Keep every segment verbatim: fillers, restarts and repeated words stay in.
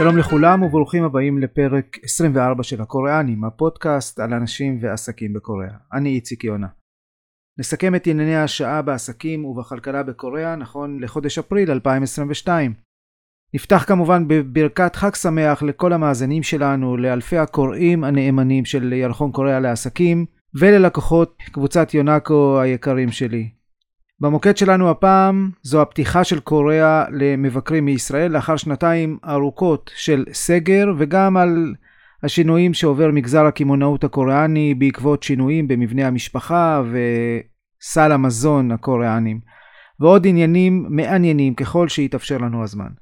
שלום לכולם וברוכים הבאים לפרק עשרים וארבע של הקוריאנים, הפודקאסט על אנשים ועסקים בקוריאה. אני איציק יונה. נסכם את ענייני השעה בעסקים ובכלכלה בקוריאה נכון לחודש אפריל אלפיים עשרים ושתיים. נפתח כמובן בברכת חג שמח לכל המאזינים שלנו, לאלפי הקוראים הנאמנים של ירחון קוריאה לעסקים וללקוחות קבוצת יונאקו היקרים שלי. במוקד שלנו הפעם זו הפתיחה של קוריאה למבקרים מישראל לאחר שנתיים ארוכות של סגר, וגם על השינויים שעובר מגזר הקמעונאות הקוריאני בעקבות שינויים במבנה המשפחה וסל המזון הקוריאנים, ועוד עניינים מעניינים ככל שיתאפשר לנו הזמן.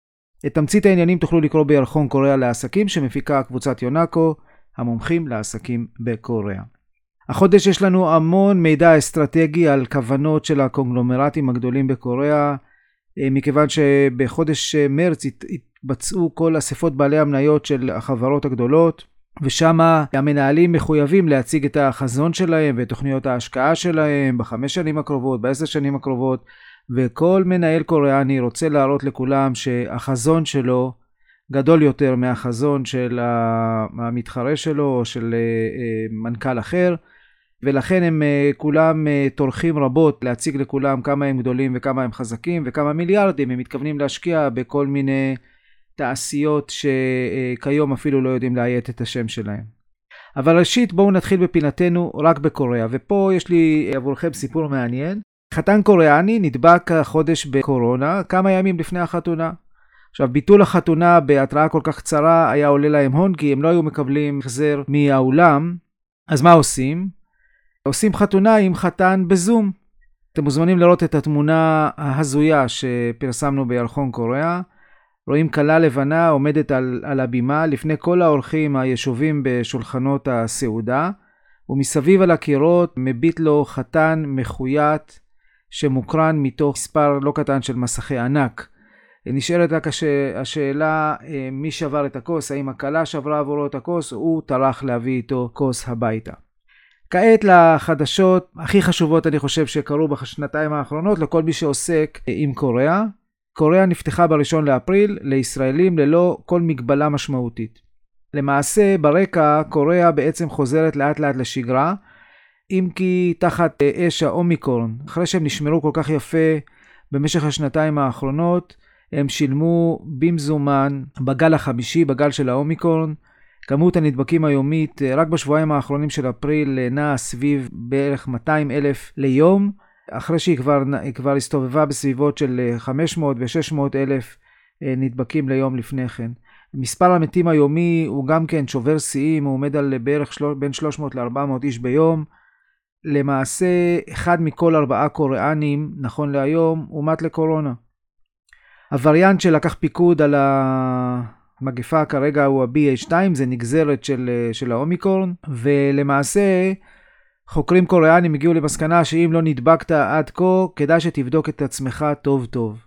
את תמצית העניינים תוכלו לקרוא בירחון קוריאה לעסקים שמפיקה קבוצת יונאקו, המומחים לעסקים בקוריאה. החודש יש לנו המון מידע אסטרטגי על כוונות של הקונגלומרטים הגדולים בקוריאה, מכיוון שבחודש מרץ התבצעו כל אספות בעלי המניות של החברות הגדולות, ושם המנהלים מחויבים להציג את החזון שלהם ותוכניות ההשקעה שלהם בחמש שנים הקרובות, בעשר שנים הקרובות, וכל מנהל קוריאני רוצה להראות לכולם שהחזון שלו גדול יותר מהחזון של המתחרה שלו או של מנכ"ל אחר, ולכן הם כולם תורכים רבות להציג לכולם כמה הם גדולים וכמה הם חזקים וכמה מיליארדים הם מתכוונים להשקיע בכל מיני תעשיות שכיום אפילו לא יודעים להיית את השם שלהם. אבל ראשית בואו נתחיל בפינתנו רק בקוריאה, ופה יש לי עבורכם סיפור מעניין. חתן קוריאני נדבק חודש בקורונה כמה ימים לפני החתונה. עכשיו, ביטול החתונה בהתראה כל כך קצרה היה עולה להם הון, כי הם לא היו מקבלים החזר מהאולם. אז מה עושים? עושים חתונה עם חתן בזום. אתם מוזמנים לראות את התמונה ההזויה שפרסמנו בירחון קוריאה. רואים כלה לבנה עומדת על, על הבימה לפני כל האורחים הישובים בשולחנות הסעודה, ומסביב על הקירות מביט לו חתן מחויט שמוקרן מתוך מספר לא קטן של מסכי ענק. נשאלת רק השאלה מי שבר את הכוס, האם הכלה שברה עבורו את הכוס, או הוא טרח להביא איתו כוס הביתה. כעת לחדשות הכי חשובות אני חושב שקרו בשנתיים האחרונות לכל מי שעוסק עם קוריאה. קוריאה נפתחה בראשון לאפריל לישראלים ללא כל מגבלה משמעותית. למעשה ברקע קוריאה בעצם חוזרת לאט לאט לשגרה, אם כי תחת אש האומיקרון, אחרי שהם נשמרו כל כך יפה במשך השנתיים האחרונות, הם שילמו במזומן בגל החמישי, בגל של האומיקרון. כמות הנדבקים היומית רק בשבועיים האחרונים של אפריל נעה סביב בערך מאתיים אלף ליום, אחרי שהיא כבר, כבר הסתובבה בסביבות של חמש מאות ו-שש מאות אלף נדבקים ליום לפני כן. מספר המתים היומי הוא גם כן שובר שיאים, הוא עומד על בערך של... בין שלוש מאות ל-ארבע מאות איש ביום. למעשה אחד מכל ארבעה קוריאנים נכון להיום הוא מת לקורונה. הווריאנט שלקח פיקוד על המגפה כרגע הוא ה-בי איי שתיים, זה נגזרת של, של האומיקרון, ולמעשה חוקרים קוריאנים הגיעו למסקנה שאם לא נדבקת עד כה, כדאי שתבדוק את עצמך טוב טוב.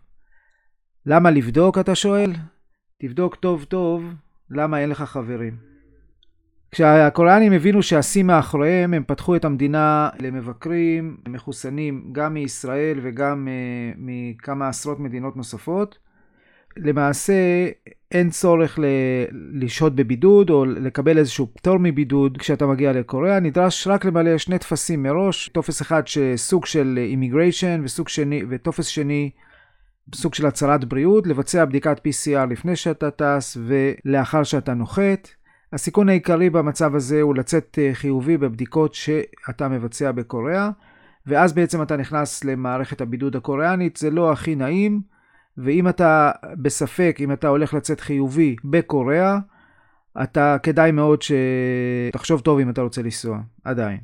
למה לבדוק אתה שואל? תבדוק טוב טוב, למה אין לך חברים. כשהקוריאנים הבינו שהשיא מאחוריהם, הם פתחו את המדינה למבקרים מחוסנים גם מישראל וגם uh, מכמה עשרות מדינות נוספות. למעשה אין צורך ל- לשהות בבידוד או לקבל איזשהו פטור מבידוד כשאתה מגיע לקוריאה. נדרש רק למלא שני תפסים מראש, טופס אחד שסוג של אימיגריישן וסוג שני, וטופס שני סוג של הצהרת בריאות, לבצע בדיקת פי סי אר לפני שאתה טס ולאחר שאתה נוחת. הסיכון העיקרי במצב הזה הוא לצאת חיובי בבדיקות שאתה מבצע בקוריאה, ואז בעצם אתה נכנס למערכת הבידוד הקוריאנית. זה לא הכי נעים, ואם אתה בספק, אם אתה הולך לצאת חיובי בקוריאה, אתה כדאי מאוד שתחשוב טוב אם אתה רוצה לנסוע, עדיין.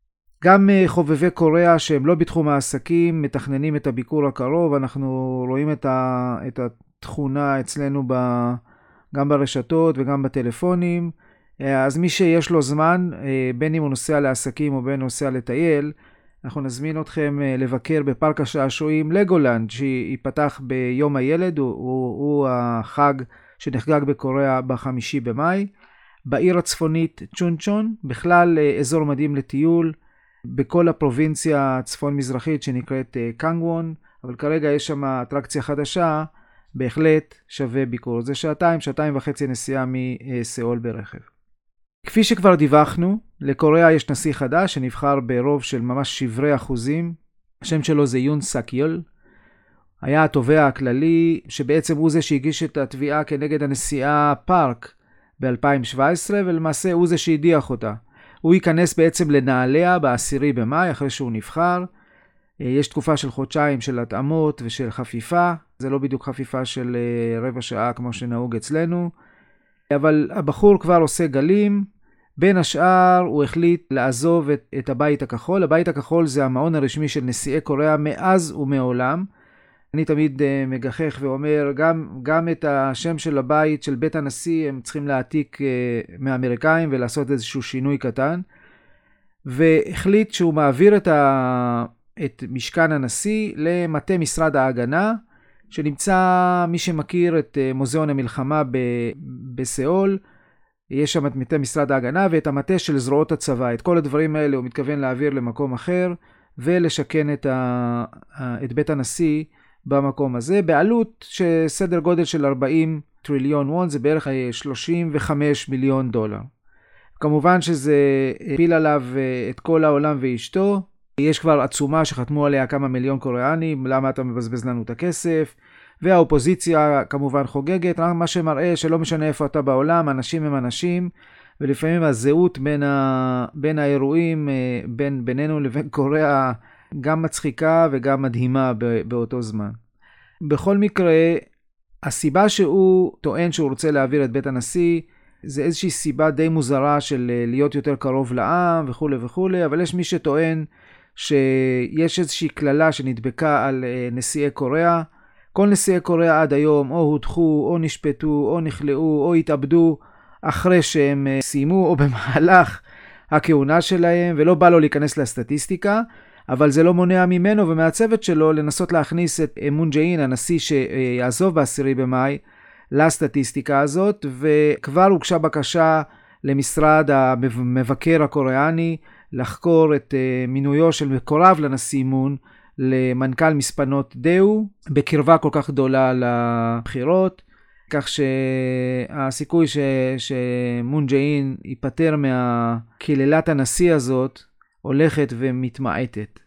גם חובבי קוריאה שהם לא בתחום העסקים מתכננים את הביקור הקרוב. אנחנו רואים את, ה, את התכונה אצלנו ב... גם ברשתות וגם בטלפונים. אז מי שיש לו זמן, בין אם הוא נוסע לעסקים או בין נוסע לטייל, אנחנו נזמין אתכם לבקר בפארק השעשועים לגולנד, שיפתח ביום הילד, הוא, הוא, הוא החג שנחגג בקוריאה בחמישי במאי, בעיר הצפונית צ'ונצ'ון, בכלל אזור מדהים לטיול, בכל הפרובינציה הצפון מזרחית שנקראת קנגוון, אבל כרגע יש שם אטרקציה חדשה, בהחלט שווה ביקור. זה שעתיים, שעתיים וחצי נסיעה מסיאול ברכב. כפי שכבר דיווחנו, לקוריאה יש נשיא חדש שנבחר ברוב של ממש שברי אחוזים. השם שלו זה יון סאק יול. היה התובע הכללי שבעצם הוא זה שהגיש את התביעה כנגד הנשיאה פארק ב-אלפיים שבע עשרה, ולמעשה הוא זה שהדיח אותה. הוא ייכנס בעצם לנעליה בעשירי במאי אחרי שהוא נבחר. יש תקופה של חודשיים של התאמות ושל חפיפה. זה לא בדיוק חפיפה של רבע שעה כמו שנהוג אצלנו. אבל הבחור כבר עושה גלים. בין השאר הוא החליט לעזוב את, את הבית הכחול. הבית הכחול זה המעון הרשמי של נשיאי קוריאה מאז ומעולם. אני תמיד uh, מגחך ואומר, גם, גם את השם של הבית, של בית הנשיא, הם צריכים להעתיק uh, מאמריקאים ולעשות איזשהו שינוי קטן. והחליט שהוא מעביר את, ה, את משכן הנשיא למטה משרד ההגנה, שנמצא, מי שמכיר את uh, מוזיאון המלחמה ב, בסיאול, יש שם את מטה משרד ההגנה ואת המטה של זרועות הצבא. את כל הדברים האלה הוא מתכוון להעביר למקום אחר, ולשכן את, ה, את בית הנשיא, במקום הזה, בעלות שסדר גודל של ארבעים טריליון וון, זה בערך שלושים וחמישה מיליון דולר. כמובן שזה הפיל עליו את כל העולם ואשתו. יש כבר עצומה שחתמו עליה כמה מיליון קוריאנים, למה אתה מבזבז לנו את הכסף? והאופוזיציה כמובן חוגגת, מה שמראה שלא משנה איפה אתה בעולם, אנשים הם אנשים, ולפעמים הזהות בין, ה... בין האירועים, בין בינינו לבין קוריאה, גם מצחיקה וגם מדהימה באותו זמן. בכל מקרה, הסיבה שהוא טוען שהוא רוצה להעביר את בית הנשיא, זה איזושהי סיבה די מוזרה של להיות יותר קרוב לעם וכו' וכו', אבל יש מי שטוען שיש איזושהי כללה שנדבקה על נשיאי קוריאה. כל נשיאי קוריאה עד היום או הודחו, או נשפטו, או נכלאו, או התאבדו אחרי שהם סיימו, או במהלך הכהונה שלהם, ולא בא לו להיכנס לסטטיסטיקה. אבל זה לא מונע ממנו ומהצוות שלו לנסות להכניס את מון ג'אין, הנשיא שיעזוב בעשירי במאי, לסטטיסטיקה הזאת, וכבר הוגשה בקשה למשרד המבקר הקוריאני לחקור את מינויו של מקורב לנשיא מון למנכ"ל מספנות דאו, בקרבה כל כך גדולה לבחירות, כך שהסיכוי ש... שמון ג'אין ייפטר מהקללת הנשיא הזאת, הולכת ומתמעטת.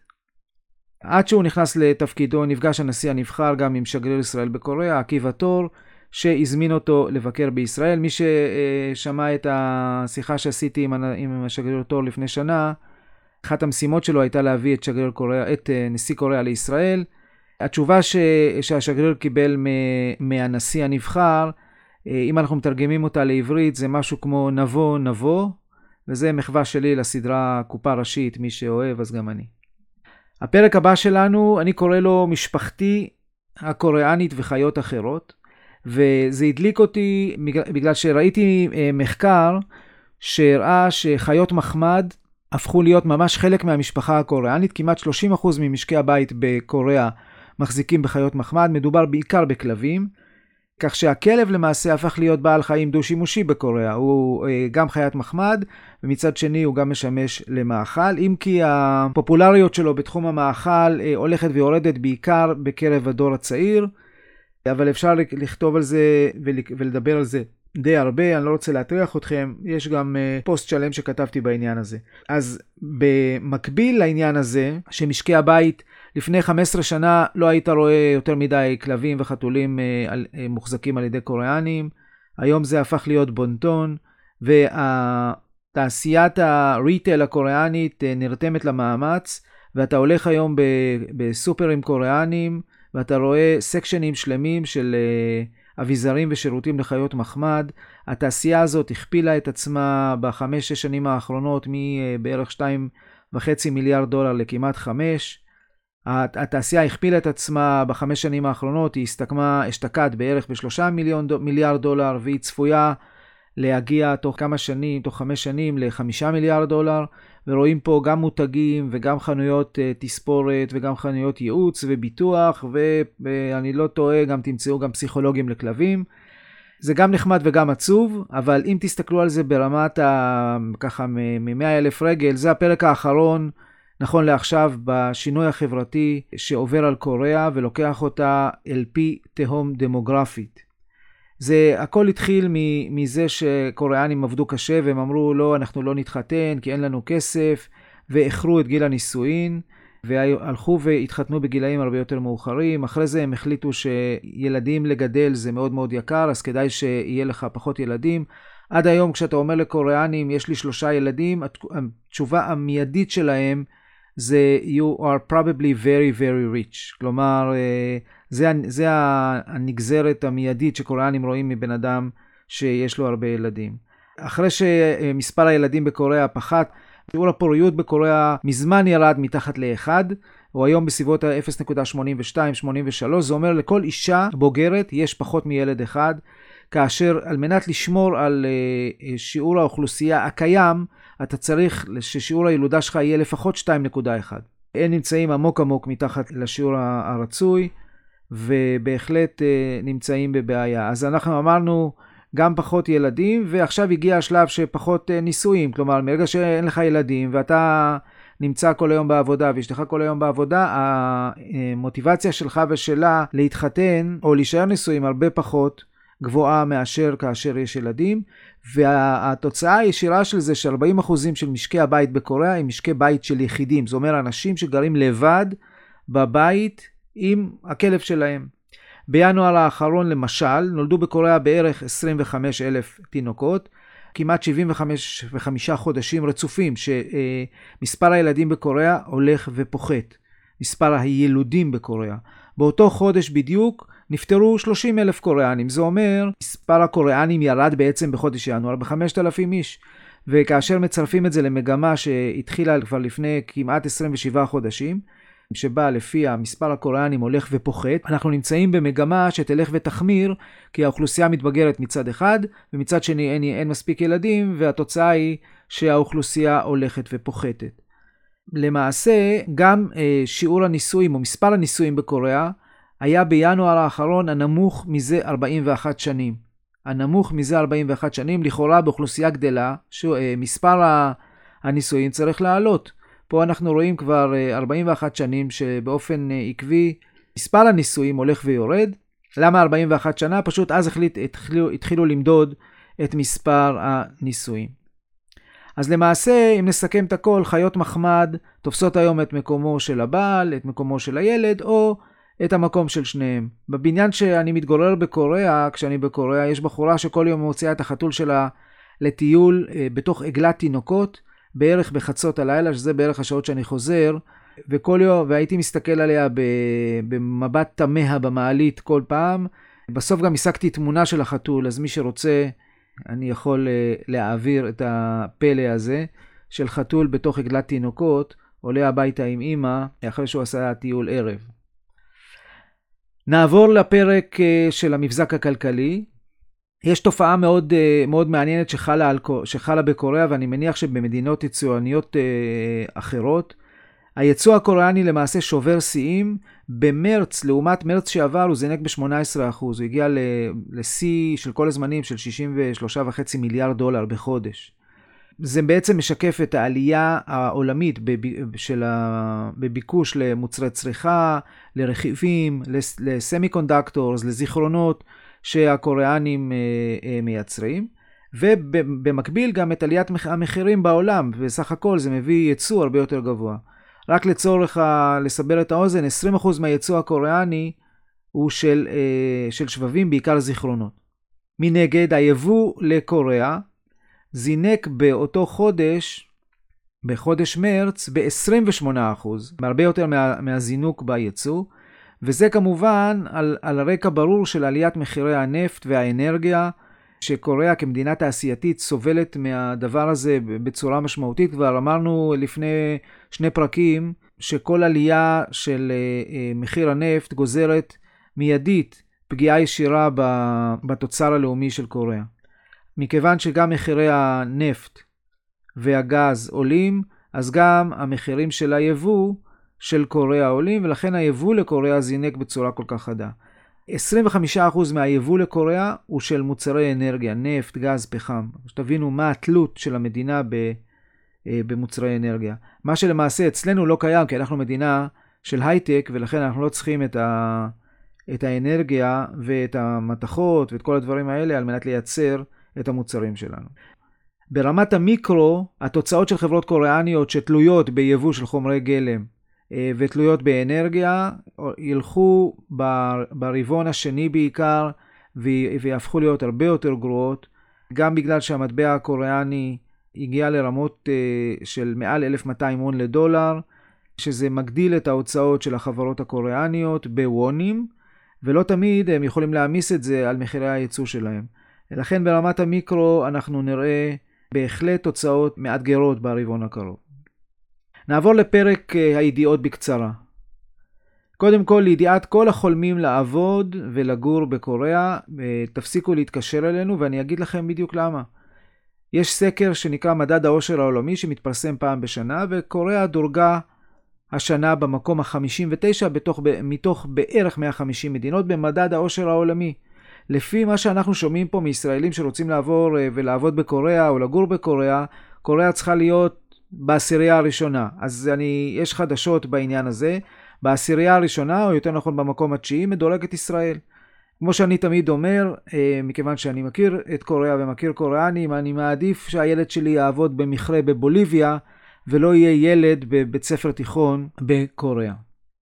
עד שהוא נכנס לתפקידו, נפגש הנשיא הנבחר גם עם שגריר ישראל בקוריאה, עקיבא תור, שהזמין אותו לבקר בישראל. מי ששמע את השיחה שעשיתי עם השגריר תור לפני שנה, אחת המשימות שלו הייתה להביא את, שגריר קוריאה, את נשיא קוריאה לישראל. התשובה ש, שהשגריר קיבל מהנשיא הנבחר, אם אנחנו מתרגמים אותה לעברית, זה משהו כמו נבוא נבוא, וזה מחווה שלי לסדרה קופה ראשית, מי שאוהב אז גם אני. הפרק הבא שלנו, אני קורא לו משפחתי הקוריאנית וחיות אחרות, וזה הדליק אותי בגלל שראיתי מחקר שהראה שחיות מחמד הפכו להיות ממש חלק מהמשפחה הקוריאנית. כמעט שלושים אחוז ממשקי הבית בקוריאה מחזיקים בחיות מחמד, מדובר בעיקר בכלבים, כך שהכלב למעשה הפך להיות בעל חיים דו-שימושי בקוריאה. הוא גם חיית מחמד, ומצד שני הוא גם משמש למאכל, אם כי הפופולריות שלו בתחום המאכל הולכת ויורדת בעיקר בקרב הדור הצעיר, אבל אפשר לכתוב על זה ולדבר על זה די הרבה, אני לא רוצה להטריח אתכם, יש גם פוסט שלם שכתבתי בעניין הזה. אז במקביל לעניין הזה, שמשקי הבית לפני חמש עשרה שנה לא היית רואה יותר מדי כלבים וחתולים מוחזקים על ידי קוריאנים, היום זה הפך להיות בונטון, והתעשיית הריטייל הקוריאנית נרתמת למאמץ, ואתה הולך היום בסופרים קוריאנים, ואתה רואה סקשנים שלמים של אביזרים ושירותים לחיות מחמד. התעשייה הזאת הכפילה את עצמה בחמש שש שנים האחרונות מבערך שתיים וחצי מיליארד דולר לכמעט חמש. התעשייה הכפילה את עצמה בחמש שנים האחרונות, היא הסתכמה, השתקעת בערך בשלושה מיליון מיליארד דולר, והיא צפויה להגיע תוך כמה שנים, תוך חמש שנים לחמישה מיליארד דולר, ורואים פה גם מותגים וגם חנויות תספורת וגם חנויות ייעוץ וביטוח, ואני לא טועה, גם תמצאו גם פסיכולוגים לכלבים. זה גם נחמד וגם עצוב, אבל אם תסתכלו על זה ברמת ה... ככה מ-מאה אלף רגל, זה הפרק האחרון נכון לעכשיו בשינוי החברתי שעובר על קוריאה ולוקח אותה אל פי תהום דמוגרפית. זה הכל התחיל מזה שקוריאנים עבדו קשה והם אמרו לא, אנחנו לא נתחתן כי אין לנו כסף, ואיחרו את גיל הנישואין והלכו והתחתנו בגילאים הרבה יותר מאוחרים. אחרי זה הם החליטו שילדים לגדל זה מאוד מאוד יקר, אז כדאי שיהיה לך פחות ילדים. עד היום כשאתה אומר לקוריאנים יש לי שלושה ילדים, התשובה המיידית שלהם זה you are probably very very rich. כלומר זה, זה הנגזרת המיידית שקוריאנים רואים מבן אדם שיש לו הרבה ילדים. אחרי שמספר הילדים בקוריאה פחת, שיעור הפוריות בקוריאה מזמן ירד מתחת לאחד, הוא היום בסביבות ה-אפס נקודה שמונים ושתיים שמונים ושלוש, זה אומר לכל אישה בוגרת יש פחות מילד אחד, כאשר על מנת לשמור על שיעור האוכלוסייה הקיים, אתה צריך ששיעור הילודה שלך יהיה לפחות שתיים נקודה אחת. הם נמצאים עמוק עמוק מתחת לשיעור הרצוי, ובהחלט נמצאים בבעיה. אז אנחנו אמרנו גם פחות ילדים, ועכשיו הגיע השלב שפחות נישואים. כלומר, מרגע שאין לך ילדים, ואתה נמצא כל היום בעבודה, ואשתך כל היום בעבודה, המוטיבציה שלך ושלה להתחתן, או להישאר נישואים הרבה פחות גבוהה מאשר כאשר יש ילדים, והתוצאה הישירה של זה ש-ארבעים אחוז של משקי הבית בקוריאה הם משקי בית של יחידים. זאת אומרת, אנשים שגרים לבד בבית עם הכלב שלהם. בינואר האחרון למשל, נולדו בקוריאה בערך עשרים וחמישה אלף תינוקות, כמעט שבעים וחמישה חודשים רצופים, שמספר הילדים בקוריאה הולך ופוחת. מספר הילודים בקוריאה. באותו חודש בדיוק נפטרו שלושים אלף קוריאנים. זה אומר, מספר הקוריאנים ירד בעצם בחודש ינואר ב-חמשת אלפים איש. וכאשר מצרפים את זה למגמה שהתחילה כבר לפני כמעט עשרים ושבעה חודשים, שבה לפי המספר הקוריאנים הולך ופוחת, אנחנו נמצאים במגמה שתלך ותחמיר, כי האוכלוסייה מתבגרת מצד אחד, ומצד שני אין, אין מספיק ילדים, והתוצאה היא שהאוכלוסייה הולכת ופוחתת. למעשה, גם אה, שיעור הנישואים או מספר הנישואים בקוריאה, היה בינואר האחרון הנמוך מזה ארבעים ואחת שנים. הנמוך מזה ארבעים ואחת שנים, לכאורה באוכלוסייה גדלה, שמספר הנישואים צריך לעלות. פה אנחנו רואים כבר ארבעים ואחת שנים שבאופן עקבי מספר הנישואים הולך ויורד. למה ארבעים ואחת שנה? פשוט אז החליט, התחילו, התחילו למדוד את מספר הנישואים. אז למעשה, אם נסכם את הכל, חיות מחמד תופסות היום את מקומו של הבעל, את מקומו של הילד, או את המקום של שניהם. בבניין שאני מתגורר בקוריאה, כשאני בקוריאה, יש בחורה שכל יום מוציאה את החתול שלה לטיול בתוך עגלת תינוקות, בערך בחצות הלילה, שזה בערך השעות שאני חוזר, וכל יום, והייתי מסתכל עליה במבט תמה במעלית כל פעם. בסוף גם השגתי תמונה של החתול, אז מי שרוצה, אני יכול להעביר את הפלא הזה, של חתול בתוך עגלת תינוקות, עולה הביתה עם אמא, אחרי שהוא עשה טיול ערב. נעבור לפרק של המבזק הכלכלי. יש תופעה מאוד, מאוד מעניינת שחלה, על, שחלה בקוריאה, ואני מניח שבמדינות יצואניות אחרות. היצוא הקוריאני למעשה שובר שיאים. במרץ, לעומת מרץ שעבר, הוא זינק ב-שמונה עשרה אחוז. הוא הגיע לשיא של כל הזמנים של שישים ושלושה נקודה חמש מיליארד דולר בחודש. זה בעצם משקף את העלייה העולמית של בביקוש למוצרי צריכה, לרכיבים, לסמיקונדקטורס, לזיכרונות שהקוריאנים מייצרים, ובמקביל גם את עליית המחירים בעולם, וסך הכל זה מביא ייצוא הרבה יותר גבוה. רק לצורך לסבר את האוזן, עשרים אחוז מהייצוא הקוריאני הוא של, של שבבים, בעיקר זיכרונות. מנגד, היבוא לקוריאה זינק באותו חודש, בחודש מרץ, ב-עשרים ושמונה אחוז, הרבה יותר מה, מהזינוק בייצוא, וזה כמובן על, על רקע ברור של עליית מחירי הנפט והאנרגיה, שקוריאה כמדינה תעשייתית סובלת מהדבר הזה בצורה משמעותית. כבר אמרנו לפני שני פרקים שכל עלייה של מחיר הנפט גוזרת מיידית פגיעה ישירה בתוצר הלאומי של קוריאה. מכיוון שגם מחירי הנפט והגז עולים, אז גם המחירים של היבוא של קוריאה עולים, ולכן היבוא לקוריאה זינק בצורה כל כך חדה. עשרים וחמישה אחוז מהיבוא לקוריאה הוא של מוצרי אנרגיה, נפט, גז, פחם. שתבינו מה התלות של המדינה במוצרי אנרגיה. מה שלמעשה אצלנו לא קיים, כי אנחנו מדינה של הייטק, ולכן אנחנו לא צריכים את, ה, את האנרגיה ואת המתכות ואת כל הדברים האלה על מנת לייצר את המוצרים שלנו. ברמת המיקרו, התוצאות של חברות קוריאניות שתלויות ביבוא של חומרי גלם ותלויות באנרגיה, ילכו ברבעון השני בעיקר, ויהפכו להיות הרבה יותר גרועות, גם בגלל שהמטבע הקוריאני הגיע לרמות של מעל אלף ומאתיים וון לדולר, שזה מגדיל את ההוצאות של החברות הקוריאניות בוונים, ולא תמיד הם יכולים להעמיס את זה על מחירי הייצוא שלהם. לכן ברמת המיקרו אנחנו נראה בהחלט תוצאות מאתגרות ברבעון הקרוב. נעבור לפרק הידיעות בקצרה. קודם כל, לידיעת כל החולמים לעבוד ולגור בקוריאה, תפסיקו להתקשר אלינו ואני אגיד לכם בדיוק למה. יש סקר שנקרא מדד העושר העולמי שמתפרסם פעם בשנה, וקוריאה דורגה השנה במקום ה-חמישים ותשע בתוך, מתוך בערך מאה וחמישים מדינות במדד העושר העולמי. לפי מה שאנחנו שומעים פה מישראלים שרוצים לעבור ולעבוד בקוריאה או לגור בקוריאה, קוריאה צריכה להיות בעשירייה הראשונה. אז אני, יש חדשות בעניין הזה. בעשירייה הראשונה, או יותר נכון במקום התשיעי, מדורגת ישראל. כמו שאני תמיד אומר, מכיוון שאני מכיר את קוריאה ומכיר קוריאנים, אני מעדיף שהילד שלי יעבוד במכרה בבוליביה, ולא יהיה ילד בבית ספר תיכון בקוריאה.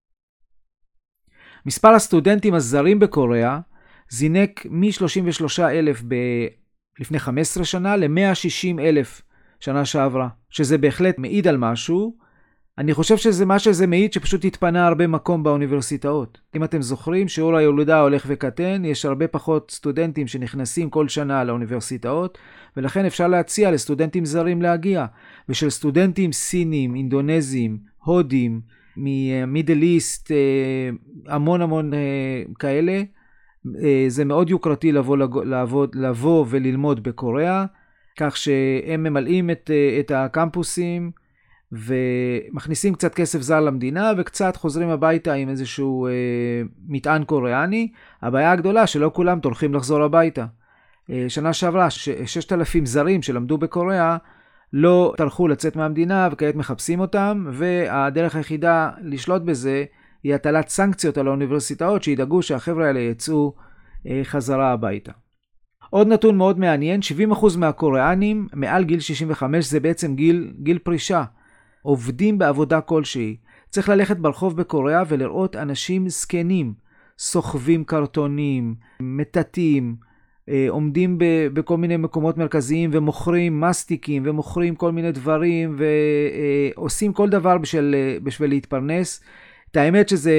מספר הסטודנטים הזרים בקוריאה זינק מ-שלושים ושלושה אלף ב- לפני חמש עשרה שנה ל-מאה ושישים אלף שנה שעברה, שזה בהחלט מעיד על משהו. אני חושב שזה מה שזה מעיד שפשוט התפנה הרבה מקום באוניברסיטאות. אם אתם זוכרים, שיעור הילודה הולך וקטן, יש הרבה פחות סטודנטים שנכנסים כל שנה לאוניברסיטאות, ולכן אפשר להציע לסטודנטים זרים להגיע. ושל סטודנטים סינים, אינדונזים, הודים, ממידל איסט, המון המון כאלה, זה מאוד יוקרתי לבוא, לעבוד, לבוא וללמוד בקוריאה, כך שהם ממלאים את, את הקמפוסים, ומכניסים קצת כסף זר למדינה, וקצת חוזרים הביתה עם איזשהו אה, מטען קוריאני. הבעיה הגדולה שלא כולם תולכים לחזור הביתה. אה, שנה שעברה, ששת אלפים זרים שלמדו בקוריאה, לא טרחו לצאת מהמדינה, וכעת מחפשים אותם, והדרך היחידה לשלוט בזה, היא הטלת סנקציות על האוניברסיטאות, שידאגו שהחבר'ה האלה יצאו אה, חזרה הביתה. עוד נתון מאוד מעניין, שבעים אחוז מהקוריאנים מעל גיל שישים וחמש, זה בעצם גיל, גיל פרישה. עובדים בעבודה כלשהי. צריך ללכת ברחוב בקוריאה ולראות אנשים זקנים, סוחבים קרטונים, מטטים, עומדים בכל מיני מקומות מרכזיים ומוכרים מסטיקים ומוכרים כל מיני דברים ועושים כל דבר בשביל, בשביל להתפרנס. את האמת שזה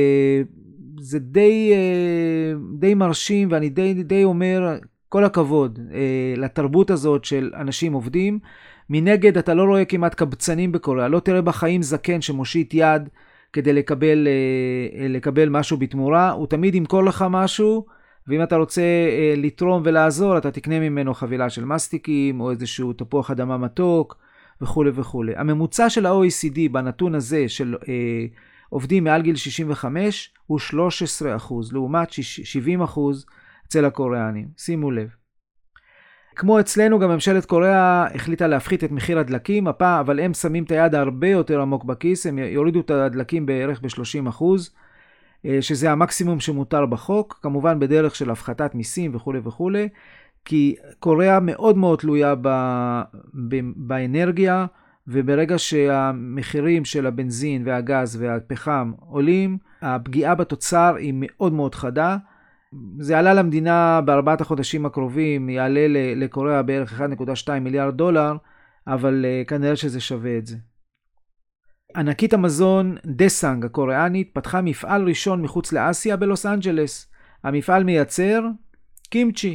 זה די, די מרשים, ואני די, די אומר כל הכבוד לתרבות הזאת של אנשים עובדים. מנגד אתה לא רואה כמעט קבצנים בקוריאה, לא תראה בחיים זקן שמושיט יד כדי לקבל, לקבל משהו בתמורה, הוא תמיד ימכור לך משהו, ואם אתה רוצה לתרום ולעזור, אתה תקנה ממנו חבילה של מסטיקים, או איזשהו תפוח אדמה מתוק, וכו' וכו'. הממוצע של ה-או אי סי די בנתון הזה של אה, עובדים מעל גיל שישים וחמש, הוא שלושה עשר אחוז, לעומת שבעים אחוז אצל הקוריאנים. שימו לב. כמו אצלנו, גם ממשלת קוריאה החליטה להפחית את מחיר הדלקים, הפעם, אבל הם שמים את היד הרבה יותר עמוק בכיס, הם יורידו את הדלקים בערך ב-שלושים אחוז, שזה המקסימום שמותר בחוק, כמובן בדרך של הפחתת מיסים וכו' וכו', כי קוריאה מאוד מאוד תלויה ב, ב, באנרגיה, וברגע שהמחירים של הבנזין והגז והפחם עולים, הפגיעה בתוצר היא מאוד מאוד חדה. זה עלה למדינה בארבעת החודשים הקרובים, יעלה לקוריאה בערך אחד נקודה שתיים מיליארד דולר, אבל כנראה שזה שווה את זה. ענקית המזון דסנג הקוריאנית פתחה מפעל ראשון מחוץ לאסיה בלוס אנג'לס. המפעל מייצר קימצ'י.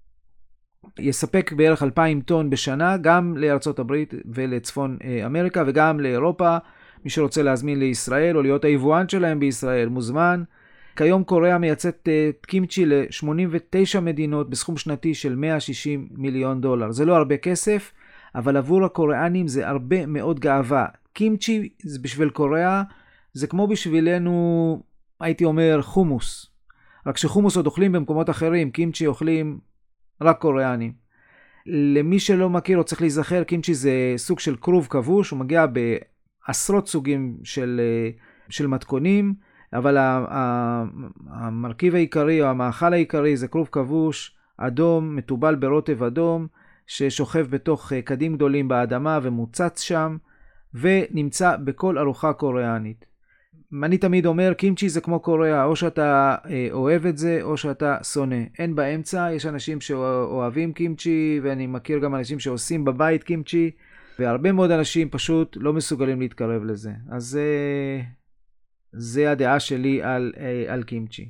יספק בערך אלפיים טון בשנה, גם לארצות הברית ולצפון אמריקה, וגם לאירופה. מי שרוצה להזמין לישראל או להיות היבואן שלהם בישראל מוזמן. כיום קוריאה מייצאת קימצ'י ל-שמונים ותשע מדינות בסכום שנתי של מאה ושישים מיליון דולר. זה לא הרבה כסף, אבל עבור הקוריאנים זה הרבה מאוד גאווה. קימצ'י זה בשביל קוריאה, זה כמו בשבילנו, הייתי אומר, חומוס. רק שחומוס עוד אוכלים במקומות אחרים, קימצ'י אוכלים רק קוריאנים. למי שלא מכיר או צריך להיזכר, קימצ'י זה סוג של כרוב כבוש, הוא מגיע בעשרות סוגים של, של מתכונים, אבל המרכיב העיקרי או המאכל העיקרי זה כרוב כבוש, אדום, מטובל ברוטב אדום, ששוכב בתוך קדים גדולים באדמה ומוצץ שם, ונמצא בכל ארוחה קוריאנית. אני תמיד אומר, קימצ'י זה כמו קוריאה, או שאתה אוהב את זה, או שאתה שונא. אין באמצע, יש אנשים שאוהבים קימצ'י, ואני מכיר גם אנשים שעושים בבית קימצ'י, והרבה מאוד אנשים פשוט לא מסוגלים להתקרב לזה. אז זה, זה הדעה שלי על, על קימצ'י.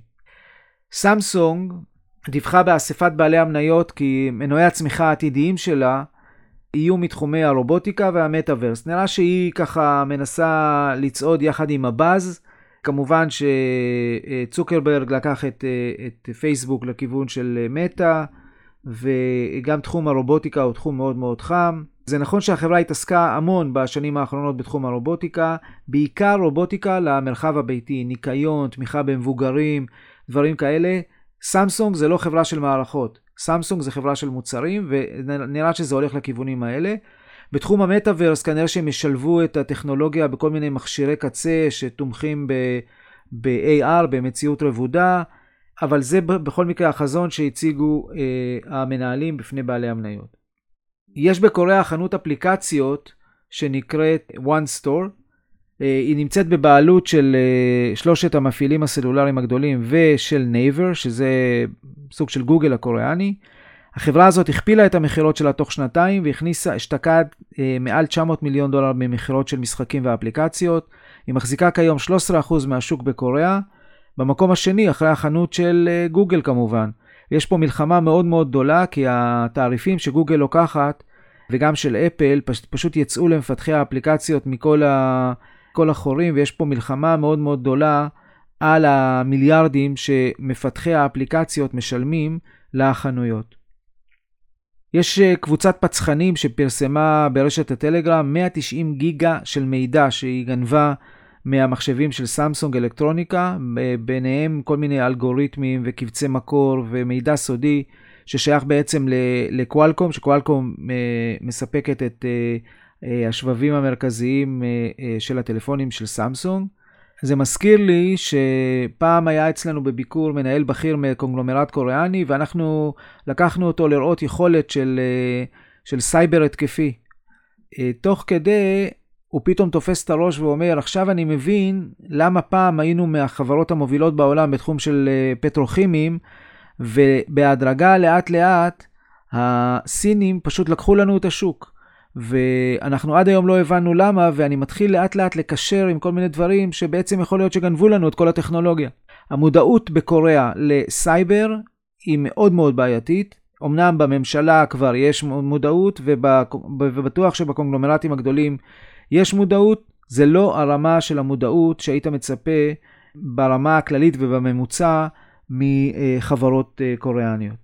סמסונג דיווחה באספת בעלי המניות כי מנועי הצמיחה העתידיים שלה יהיו מתחומי הרובוטיקה והמטאברס. נראה שהיא ככה מנסה לצעוד יחד עם הבאז. כמובן שצוקרברג לקח את, את פייסבוק לכיוון של מטא, וגם תחום הרובוטיקה הוא תחום מאוד מאוד חם. זה נכון שהחברה התעסקה המון בשנים האחרונות בתחום הרובוטיקה, בעיקר רובוטיקה למרחב הביתי, ניקיון, תמיכה במבוגרים, דברים כאלה. סמסונג זה לא חברה של מערכות. סמסונג זה חברה של מוצרים, ונראה שזה הולך לכיוונים האלה. בתחום המטאברס כנראה שהם ישלבו את הטכנולוגיה בכל מיני מכשירי קצה שתומכים ב-איי אר, במציאות רבודה, אבל זה בכל מקרה החזון שהציגו אה, המנהלים בפני בעלי המניות. יש בקוריאה חנות אפליקציות שנקראת One Store, אה, היא נמצאת בבעלות של אה, שלושת המפעילים הסלולריים הגדולים ושל נייבר, שזה סוג של גוגל הקוריאני. החברה הזאת הכפילה את המחירות שלה תוך שנתיים והכניסה אשתקד אה, מעל תשע מאות מיליון דולר ממחירות של משחקים ואפליקציות. היא מחזיקה כיום שלושה עשר אחוז מהשוק בקוריאה, במקום השני אחרי החנות של אה, גוגל כמובן. יש פה מלחמה מאוד מאוד גדולה כי התעריפים שגוגל לוקחת וגם של אפל פש, פשוט יצאו למפתחי האפליקציות מכל ה, כל החורים, ויש פה מלחמה מאוד מאוד גדולה על המיליארדים שמפתחי האפליקציות משלמים לחנויות. יש קבוצת פצחנים שפרסמה ברשת הטלגרם מאה ותשעים גיגה של מידע שהיא גנבה מהמחשבים של סמסונג אלקטרוניקה, ביניהם כל מיני אלגוריתמים וקבצי מקור ומידע סודי ששייך בעצם לקואלקום, שקואלקום מספקת את השבבים המרכזיים של הטלפונים של סמסונג. זה מזכיר לי שפעם היה אצלנו בביקור מנהל בכיר מקונגלומרט קוריאני, ואנחנו לקחנו אותו לראות יכולת של, של סייבר התקפי. תוך כדי הוא פתאום תופס את הראש ואומר, עכשיו אני מבין למה פעם היינו מהחברות המובילות בעולם בתחום של פטרוכימיים, ובהדרגה לאט לאט הסינים פשוט לקחו לנו את השוק. ואנחנו עד היום לא הבנו למה, ואני מתחיל לאט לאט לקשר עם כל מיני דברים שבעצם יכול להיות שגנבו לנו את כל הטכנולוגיה. המודעות בקוריאה לסייבר היא מאוד מאוד בעייתית. אמנם בממשלה כבר יש מודעות, ובטוח שבקונגלומרטים הגדולים יש מודעות. זה לא הרמה של המודעות שהיית מצפה ברמה הכללית ובממוצע מחברות קוריאניות.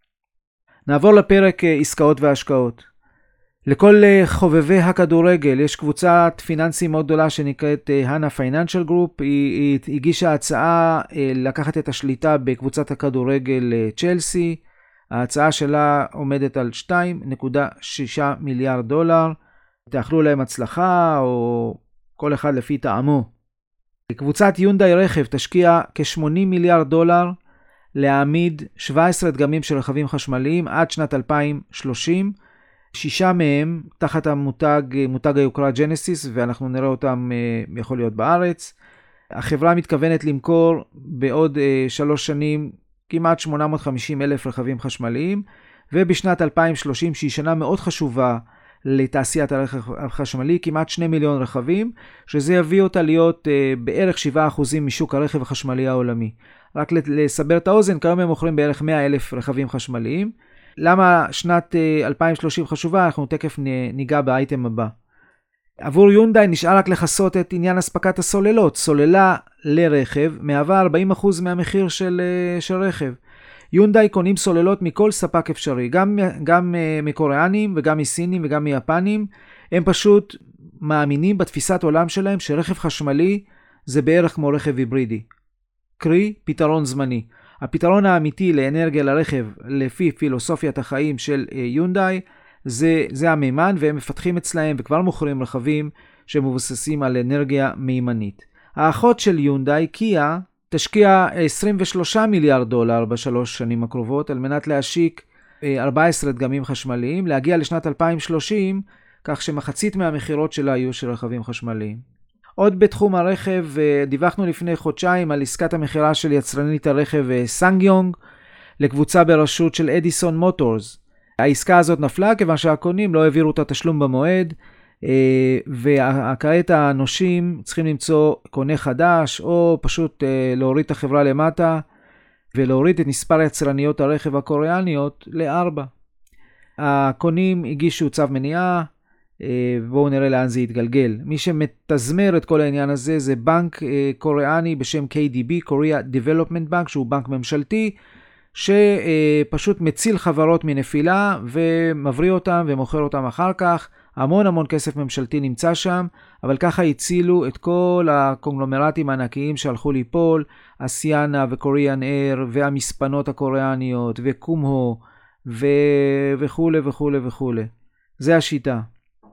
נעבור לפרק עסקאות והשקעות. לכל חובבי הכדורגל יש קבוצת פיננסים מאוד גדולה שנקראת הנה Financial Group. היא, היא הגישה הצעה לקחת את השליטה בקבוצת הכדורגל צ'לסי. ההצעה שלה עומדת על שתיים נקודה שישה מיליארד דולר. תאחלו להם הצלחה או כל אחד לפי טעמו. קבוצת יונדאי רכב תשקיע כ-שמונים מיליארד דולר להעמיד שבעה עשר דגמים של רכבים חשמליים עד שנת אלפיים ושלושים. שישה מהם תחת המותג, מותג היוקרה ג'נסיס, ואנחנו נראה אותם יכול להיות בארץ. החברה מתכוונת למכור בעוד שלוש שנים כמעט שמונה מאות וחמישים אלף רכבים חשמליים, ובשנת אלפיים ושלושים, שהיא שנה מאוד חשובה לתעשיית הרכב החשמלי, כמעט שני מיליון רכבים, שזה יביא אותה להיות בערך שבעה אחוזים משוק הרכב החשמלי העולמי. רק לסבר את האוזן, כיום הם מוכרים בערך מאה אלף רכבים חשמליים. למה שנת אלפיים ושלושים חשובה? אנחנו תכף ניגע באייטם הבא. עבור יונדאי נשאר רק לחסות את עניין הספקת הסוללות. סוללה לרכב מהווה ארבעים אחוז מהמחיר של, של רכב. יונדאי קונים סוללות מכל ספק אפשרי, גם, גם מקוריאנים וגם מסינים וגם מיפנים. הם פשוט מאמינים בתפיסת עולם שלהם שרכב חשמלי זה בערך כמו רכב היברידי. קרי, פתרון זמני. הפתרון האמיתי לאנרגיה לרכב לפי פילוסופיית החיים של יונדאי זה, זה המימן, והם מפתחים אצלהם וכבר מוכרים רכבים שמבוססים על אנרגיה מימנית. האחות של יונדאי, קיה, תשקיע עשרים ושלושה מיליארד דולר בשלוש שנים הקרובות על מנת להשיק ארבעה עשר דגמים חשמליים, להגיע לשנת אלפיים ושלושים, כך שמחצית מהמחירות שלה יהיו של רכבים חשמליים. עוד בתחום הרכב, דיווחנו לפני חודשיים על עסקת המחירה של יצרנית הרכב סנגיונג לקבוצה בראשות של אדיסון מוטורס. העסקה הזאת נפלה כיוון שהקונים לא העבירו את התשלום במועד, וכעת הנושים צריכים למצוא קונה חדש או פשוט להוריד את החברה למטה ולהוריד את מספר יצרניות הרכב הקוריאניות לארבע. הקונים הגישו צו מניעה, בואו נראה לאן זה יתגלגל. מי שמתזמר את כל העניין הזה זה בנק קוריאני בשם קיי די בי, Korea Development Bank, שהוא בנק ממשלתי, שפשוט מציל חברות מנפילה ומבריא אותם ומוכר אותם אחר כך. המון המון כסף ממשלתי נמצא שם, אבל ככה הצילו את כל הקונגלומרטים הענקיים שהלכו ליפול, אסיאנה וקוריאן אייר והמספנות הקוריאניות וקומהו ו... וכו' וכו' וכו'. זה השיטה.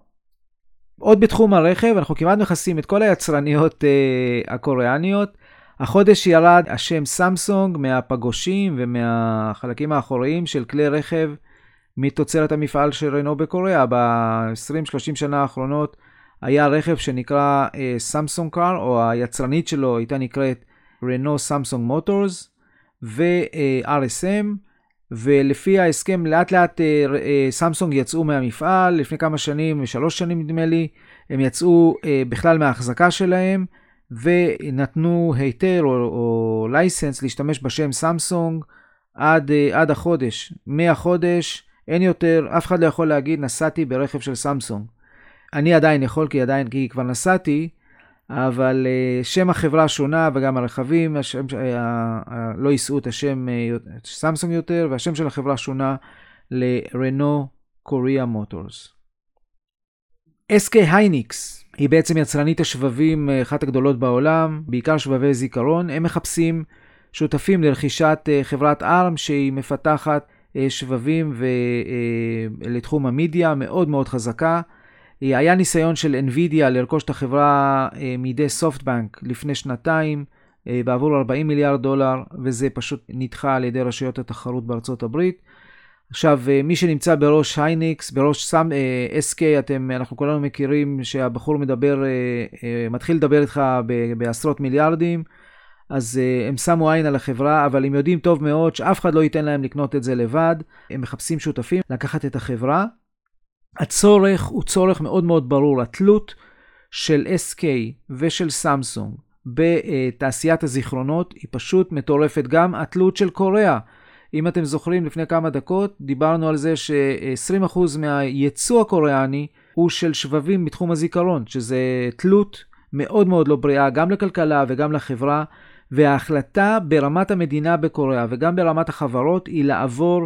עוד בתחום הרכב, אנחנו כמעט מכסים את כל היצרניות uh, הקוריאניות. החודש ירד השם סמסונג מהפגושים ומהחלקים האחוריים של כלי רכב מתוצרת המפעל של רנו בקוריאה. ב-עשרים שלושים שנה האחרונות היה רכב שנקרא סמסונג uh, קאר, או היצרנית שלו הייתה נקראת רנו סמסונג מוטורס ו-אר אס אם, ולפי ההסכם לאט לאט סמסונג יצאו מהמפעל. לפני כמה שנים, שלוש שנים נדמה לי, הם יצאו בכלל מההחזקה שלהם, ונתנו היתר או, או לייסנס להשתמש בשם סמסונג עד, עד החודש. מהחודש אין יותר, אף אחד לא יכול להגיד נסעתי ברכב של סמסונג. אני עדיין יכול כי עדיין כי כבר נסעתי, אבל שם החברה שונה וגם הרכבים השם, לא יישאו את השם סמסונג יותר, והשם של החברה שונה לרנו קוריאה מוטורס. אס קיי הייניקס היא בעצם יצרנית השבבים אחת הגדולות בעולם, בעיקר שבבי זיכרון. הם מחפשים שותפים לרכישת חברת ארם שהיא מפתחת שבבים לתחום המדיה מאוד מאוד חזקה. היה ניסיון של אנווידיה לרכוש את החברה מידי סופטבנק לפני שנתיים בעבור ארבעים מיליארד דולר, וזה פשוט נדחה על ידי רשויות התחרות בארצות הברית. עכשיו, מי שנמצא בראש הייניקס, בראש סם, אס קיי, אתם, אנחנו כולנו מכירים שהבחור מדבר, מתחיל לדבר איתך בעשרות מיליארדים, אז הם שמו עין על החברה, אבל הם יודעים טוב מאוד שאף אחד לא ייתן להם לקנות את זה לבד. הם מחפשים שותפים לקחת את החברה. הצורך הוא צורך מאוד מאוד ברור. התלות של אס קיי ושל סמסונג בתעשיית הזיכרונות היא פשוט מטורפת. גם התלות של קוריאה. אם אתם זוכרים, לפני כמה דקות דיברנו על זה ש-עשרים אחוז מהייצוא הקוריאני הוא של שבבים בתחום הזיכרון, שזה תלות מאוד מאוד לא בריאה, גם לכלכלה וגם לחברה, וההחלטה ברמת המדינה בקוריאה וגם ברמת החברות היא לעבור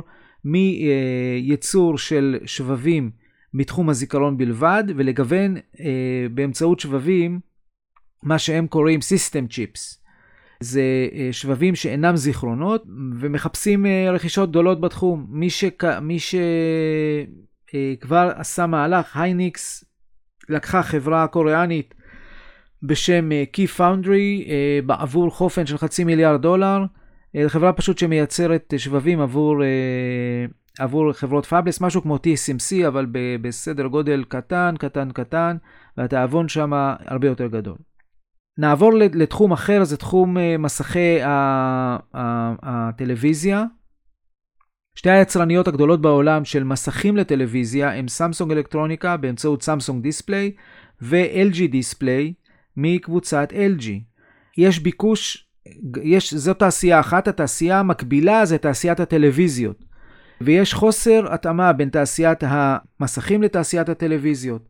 מייצור של שבבים בתחום הזיכרון בלבד, ולגוון אה, באמצעות שבבים, מה שהם קוראים System Chips. זה אה, שבבים שאינם זיכרונות, ומחפשים אה, רכישות גדולות בתחום. מי שכבר מי ש, אה, כבר עשה מהלך, הייניקס לקחה חברה קוריאנית בשם אה, Key Foundry, אה, בעבור חופן של חצי מיליארד דולר. אה, חברה פשוט שמייצרת שבבים עבור... אה, עבור חברות פאבלס, משהו כמו טי אס אם סי, אבל בסדר גודל קטן, קטן, קטן, והתאבון שם הרבה יותר גדול. נעבור לתחום אחר, זה תחום מסכי הטלוויזיה. שתי היצרניות הגדולות בעולם של מסכים לטלוויזיה הם סמסונג אלקטרוניקה באמצעות סמסונג דיספליי ו-אל ג'י דיספליי מקבוצת אל ג'י. יש ביקוש, יש, זו תעשייה אחת, התעשייה המקבילה זה תעשיית הטלוויזיות. ויש חוסר התאמה בין תעשיית המסכים לתעשיית הטלוויזיות.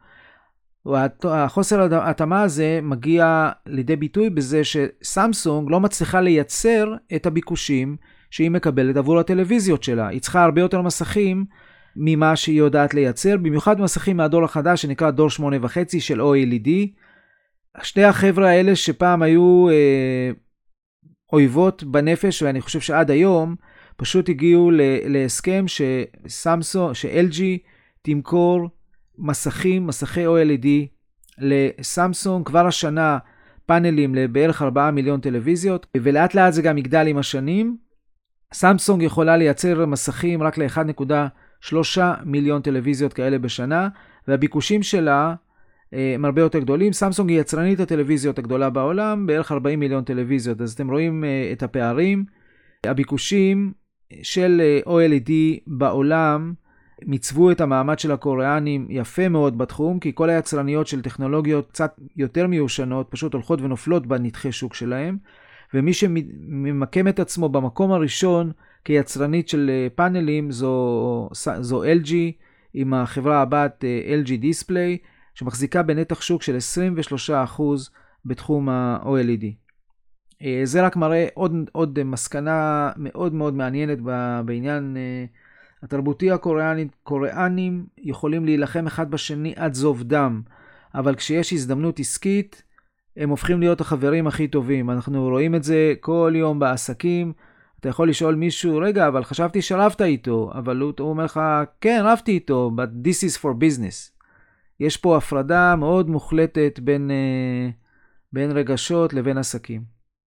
החוסר התאמה הזה מגיע לידי ביטוי בזה שסמסונג לא מצליחה לייצר את הביקושים שהיא מקבלת עבור הטלוויזיות שלה. היא צריכה הרבה יותר מסכים ממה שהיא יודעת לייצר, במיוחד מסכים מהדור החדש שנקרא דור שמונה וחצי של או אל אי די. שתי החבר'ה האלה שפעם היו... אויבות בנפש, ואני חושב שעד היום פשוט הגיעו להסכם שסמסונג, ש-אל ג'י תמכור מסכים, מסכי או אל אי די לסמסונג כבר השנה, פאנלים לבערך ארבעה מיליון טלוויזיות, ולאט לאט זה גם יגדל עם השנים. סמסונג יכולה לייצר מסכים רק ל-אחד נקודה שלושה מיליון טלוויזיות כאלה בשנה, והביקושים שלה הם הרבה יותר גדולים. סמסונג היא יצרנית הטלוויזיות הגדולה בעולם, בערך ארבעים מיליון טלוויזיות, אז אתם רואים את הפערים. הביקושים של או אל אי די בעולם מצבו את המעמד של הקוריאנים יפה מאוד בתחום, כי כל היצרניות של טכנולוגיות קצת יותר מיושנות פשוט הולכות ונופלות בנתחי שוק שלהם, ומי שממקם את עצמו במקום הראשון כיצרנית של פאנלים זו, זו אל ג'י, עם החברה הבת אל ג'י Display, שמחזיקה בנתח שוק של עשרים ושלושה אחוז בתחום ה-או אל אי די. זה רק מראה עוד, עוד מסקנה מאוד מאוד מעניינת בעניין התרבותי הקוריאני. קוריאנים יכולים להילחם אחד בשני עד זוב דם, אבל כשיש הזדמנות עסקית, הם הופכים להיות החברים הכי טובים. אנחנו רואים את זה כל יום בעסקים. אתה יכול לשאול מישהו, רגע, אבל חשבתי שרבת איתו, אבל הוא אומר לך, כן, רבתי איתו, but this is for business. יש פה הפרדה מאוד מוחלטת בין, בין רגשות לבין עסקים.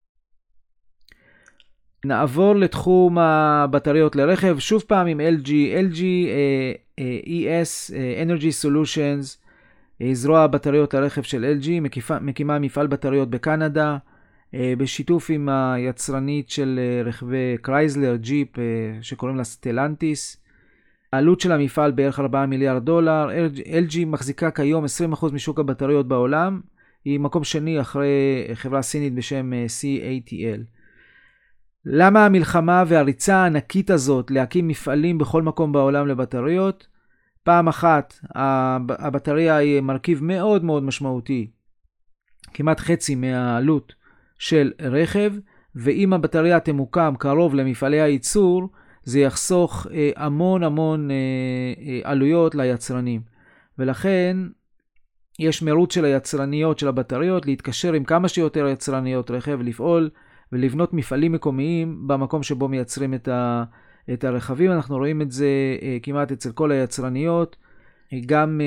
נעבור לתחום הבטריות לרכב, שוב פעם עם אל ג'י, אל ג'י אי אס, Energy Solutions, זרוע הבטריות לרכב של אל ג'י, מקיפה, מקימה מפעל בטריות בקנדה, בשיתוף עם היצרנית של רכבי קרייזלר, ג'יפ, שקוראים לה סטלנטיס. העלות של המפעל בערך ארבעה מיליארד דולר. אל ג'י מחזיקה כיום עשרים אחוז משוק הבטריות בעולם, היא מקום שני אחרי חברה סינית בשם סי איי טי אל. למה המלחמה והריצה הענקית הזאת להקים מפעלים בכל מקום בעולם לבטריות? פעם אחת, הבטריה היא מרכיב מאוד מאוד משמעותי, כמעט חצי מהעלות של רכב, ואם הבטריה תמוקם קרוב למפעלי הייצור, זה יחסוך המון המון עלויות ליצרנים. ולכן יש מרוץ של היצרניות של הבטריות להתקשר עם כמה שיותר יצרניות רכב, לפעול ולבנות מפעלים מקומיים במקום שבו מייצרים את, ה, את הרכבים. אנחנו רואים את זה כמעט אצל כל היצרניות, גם,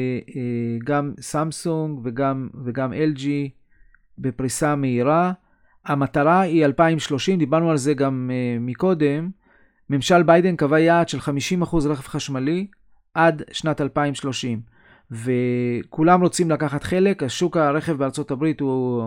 גם סמסונג וגם, וגם אל ג'י בפריסה מהירה. המטרה היא אלפיים ושלושים, דיברנו על זה גם מקודם. ממשל ביידן קבע יעד של חמישים אחוז רכב חשמלי עד שנת אלפיים ושלושים, וכולם רוצים לקחת חלק. השוק הרכב בארצות הברית הוא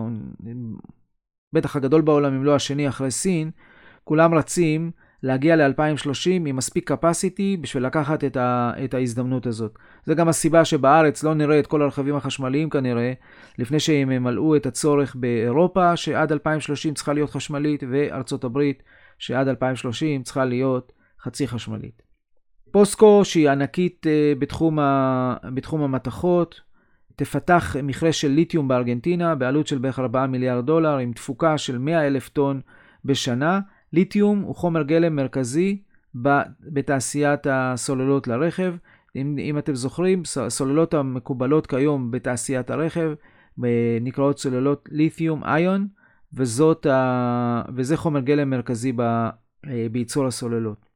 בטח הגדול בעולם, אם לא השני אחרי סין. כולם רצים להגיע ל-אלפיים ושלושים עם מספיק capacity בשביל לקחת את, ה- את ההזדמנות הזאת. זה גם הסיבה שבארץ לא נראה את כל הרכבים החשמליים כנראה, לפני שהם ימלאו את הצורך באירופה, שעד אלפיים ושלושים צריכה להיות חשמלית, וארצות הברית, שעד אלפיים ושלושים צריכה להיות חצי חשמלית. פוסקו, שהיא ענקית בתחום, ה- בתחום המתכות, תפתח מכרה של ליתיום בארגנטינה, בעלות של בערך ארבעה מיליארד דולר, עם תפוקה של מאה אלף טון בשנה. ליתיום הוא חומר גלם מרכזי בתעשיית הסוללות לרכב. אם, אם אתם זוכרים, סוללות המקובלות כיום בתעשיית הרכב נקראות סוללות ליתיום איון, וזאת, וזה חומר גלם מרכזי בייצור הסוללות.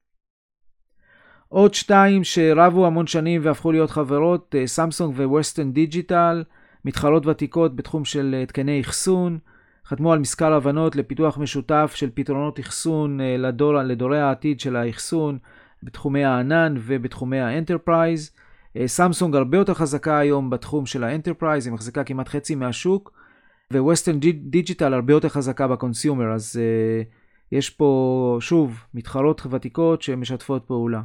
עוד שתיים שרבו המון שנים והפכו להיות חברות, סמסונג וווסטרן דיג'יטל, מתחרות ותיקות בתחום של התקני אחסון, חתמו על מזכר הבנות לפיתוח משותף של פתרונות אחסון לדור, לדורי העתיד של האחסון בתחומי הענן ובתחומי האנטרפרייז. סמסונג הרבה יותר חזקה היום בתחום של האנטרפרייז, היא מחזיקה כמעט חצי מהשוק, וווסטרן דיג'יטל הרבה יותר חזקה בקונסיומר, אז uh, יש פה שוב מתחרות ותיקות שמשתפות פעולה.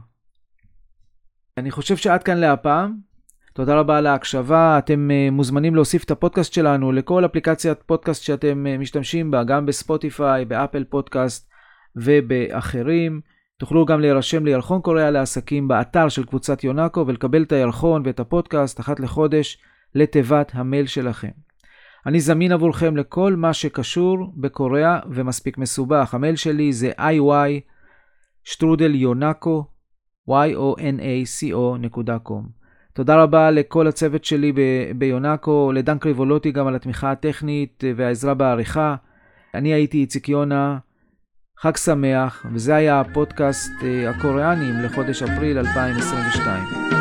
אני חושב שעד כאן להפעם. תודה רבה על ההקשבה. אתם uh, מוזמנים להוסיף את הפודקאסט שלנו לכל אפליקציית פודקאסט שאתם uh, משתמשים בה, גם בספוטיפיי, באפל פודקאסט ובאחרים. תוכלו גם להירשם לירחון קוריאה לעסקים באתר של קבוצת יונאקו, ולקבל את הירחון ואת הפודקאסט אחת לחודש לתיבת המייל שלכם. אני זמין עבורכם לכל מה שקשור בקוריאה ומספיק מסובך. המייל שלי זה איי וואי שטרודל יונאקו וואי או אן איי סי או נקודה קום. תודה רבה לכל הצוות שלי ב- ביונאקו, לדן קריבולוטי גם על התמיכה הטכנית והעזרה בעריכה, אני הייתי איציק יונה, חג שמח, וזה היה הפודקאסט הקוריאנים לחודש אפריל אלפיים עשרים ושתיים.